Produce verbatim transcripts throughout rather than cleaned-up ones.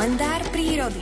Kalendár prírody.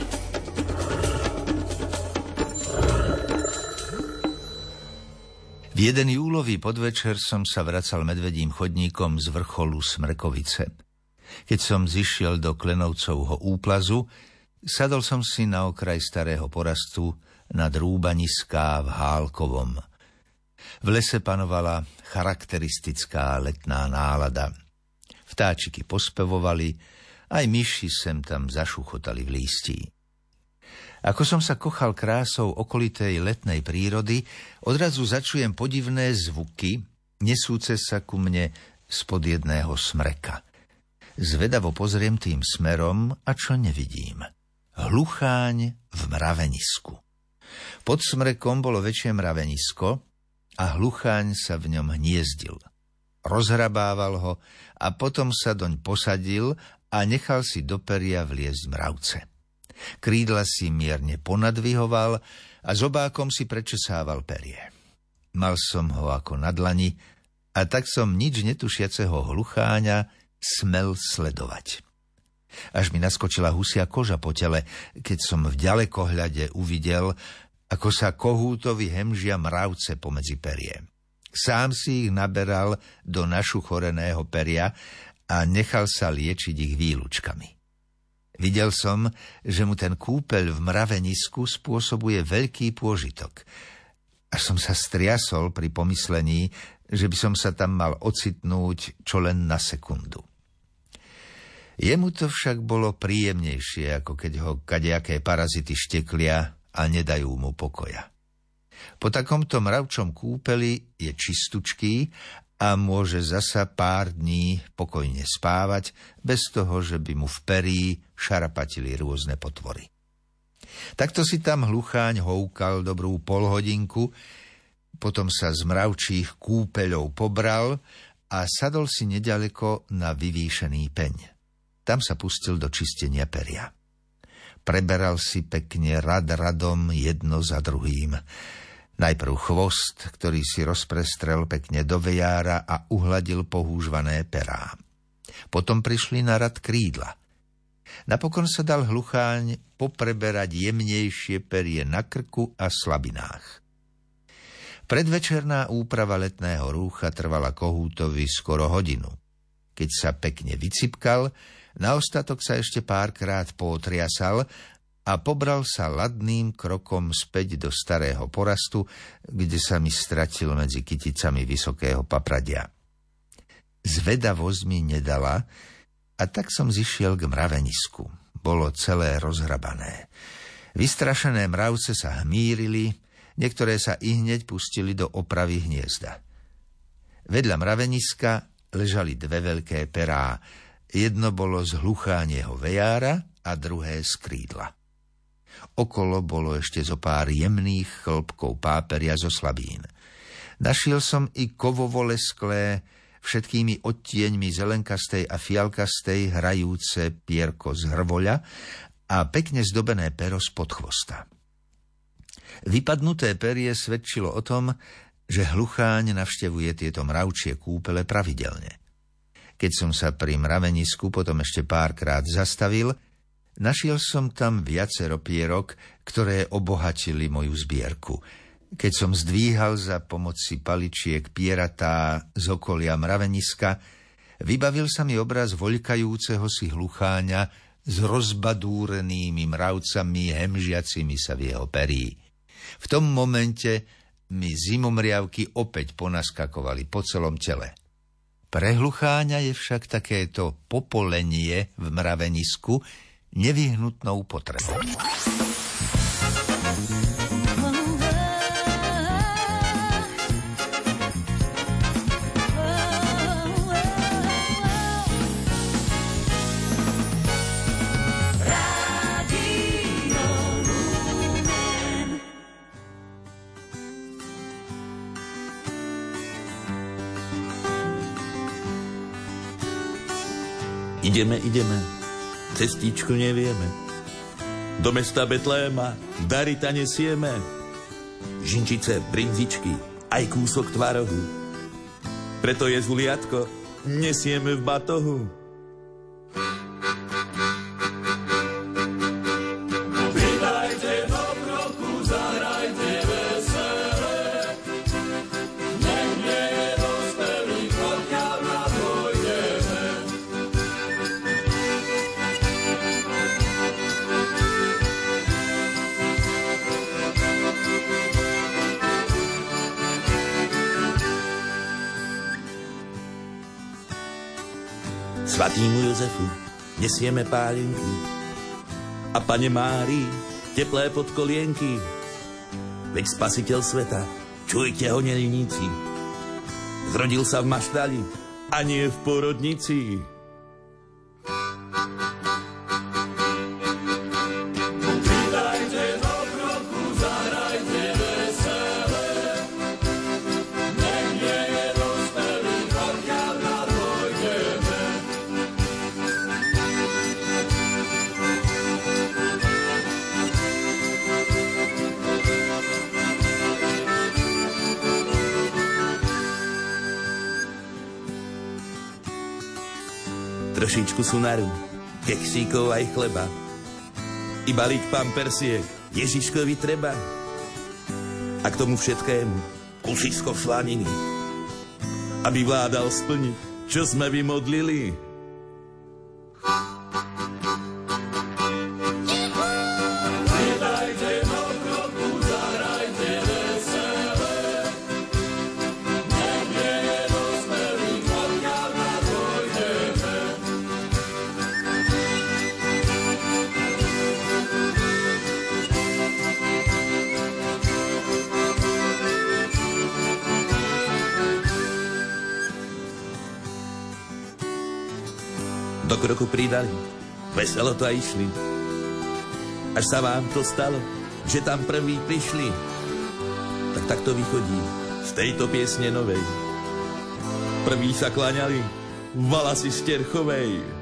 V jeden júlový podvečer som sa vracal medvedím chodníkom z vrcholu Smrkovice. Keď som zišiel do Klenovcovho úplazu, sadol som si na okraj starého porastu nad rúbaniská v Hálkovom. V lese panovala charakteristická letná nálada. Vtáčiky pospevovali, aj myši sem tam zašuchotali v lístí. Ako som sa kochal krásou okolitej letnej prírody, odrazu začujem podivné zvuky, nesúce sa ku mne spod jedného smreka. Zvedavo pozriem tým smerom a čo nevidím? Hlucháň v mravenisku. Pod smrekom bolo väčšie mravenisko a hlucháň sa v ňom hniezdil. Rozhrabával ho a potom sa doň posadil a nechal si do peria vliezť mravce. Krídla si mierne ponadvihoval a zobákom si prečesával perie. Mal som ho ako na dlani a tak som nič netušiaceho hlucháňa smel sledovať. Až mi naskočila husia koža po tele, keď som v ďalekohľade uvidel, ako sa kohútovi hemžia mravce pomedzi perie. Sám si ich naberal do našuchoreného peria a nechal sa liečiť ich výlučkami. Videl som, že mu ten kúpeľ v mravenisku spôsobuje veľký pôžitok. Až som sa striasol pri pomyslení, že by som sa tam mal ocitnúť čo len na sekundu. Jemu to však bolo príjemnejšie, ako keď ho kadejaké parazity šteklia a nedajú mu pokoja. Po takomto mravčom kúpeli je čistučký a môže zasa pár dní pokojne spávať, bez toho, že by mu v perí šarapatili rôzne potvory. Takto si tam hlucháň houkal dobrú polhodinku, potom sa z mravčích kúpeľov pobral a sadol si neďaleko na vyvýšený peň. Tam sa pustil do čistenia peria. Preberal si pekne rad radom jedno za druhým. Najprv chvost, ktorý si rozprestrel pekne do vejára a uhladil pohúžvané perá. Potom prišli na rad krídla. Napokon sa dal hlucháň popreberať jemnejšie perie na krku a slabinách. Predvečerná úprava letného rúcha trvala kohútovi skoro hodinu. Keď sa pekne vycipkal, na ostatok sa ešte párkrát potriasal a pobral sa ladným krokom späť do starého porastu, kde sa mi stratil medzi kyticami vysokého papradia. Zvedavosť mi nedala a tak som zišiel k mravenisku. Bolo celé rozhrabané. Vystrašené mravce sa hmírili, niektoré sa ihneď pustili do opravy hniezda. Vedľa mraveniska ležali dve veľké perá. Jedno bolo z hluchánieho vejára a druhé z krídla. Okolo bolo ešte zo pár jemných chlpkov páperia zo slabín. Našiel som i kovovo lesklé, všetkými odtieňmi zelenkastej a fialkastej hrajúce pierko z hrvoľa a pekne zdobené pero spod chvosta. Vypadnuté perie svedčilo o tom, že hlucháň navštevuje tieto mravčie kúpele pravidelne. Keď som sa pri mravenisku potom ešte párkrát zastavil, našiel som tam viacero pierok, ktoré obohatili moju zbierku. Keď som zdvíhal za pomoci paličiek pieratá z okolia mraveniska, vybavil sa mi obraz voľkajúceho si hlucháňa s rozbadúrenými mravcami hemžiacimi sa v jeho perí. V tom momente mi zimomriavky opäť ponaskakovali po celom tele. Pre hlucháňa je však takéto popolenie v mravenisku nevyhnutnou potrebou. Ideme, ideme, cestičku nevieme. Do mesta Betléma darita nesieme. Žinčice, brinzičky, aj kúsok tvarohu. Preto je zuliatko nesieme v batohu. Svatýmu Jozefu nesieme pálenky a Pane Márii teplé podkolienky. Veď spasiteľ sveta, čujte ho nelinníci, zrodil sa v maštali a nie v porodnici. Trošičku sunaru, keksíkov aj chleba i balík pampersiek Ježiškovi treba. A k tomu všetkému kusisko slaniny, aby vládal splniť, čo sme vymodlili. Do kroku pridali, veselo to aj išli. Až sa vám to stalo, že tam prví prišli. Tak tak to vychodí z tejto piesne novej. Prví sa kláňali v Valasi Sterchovej.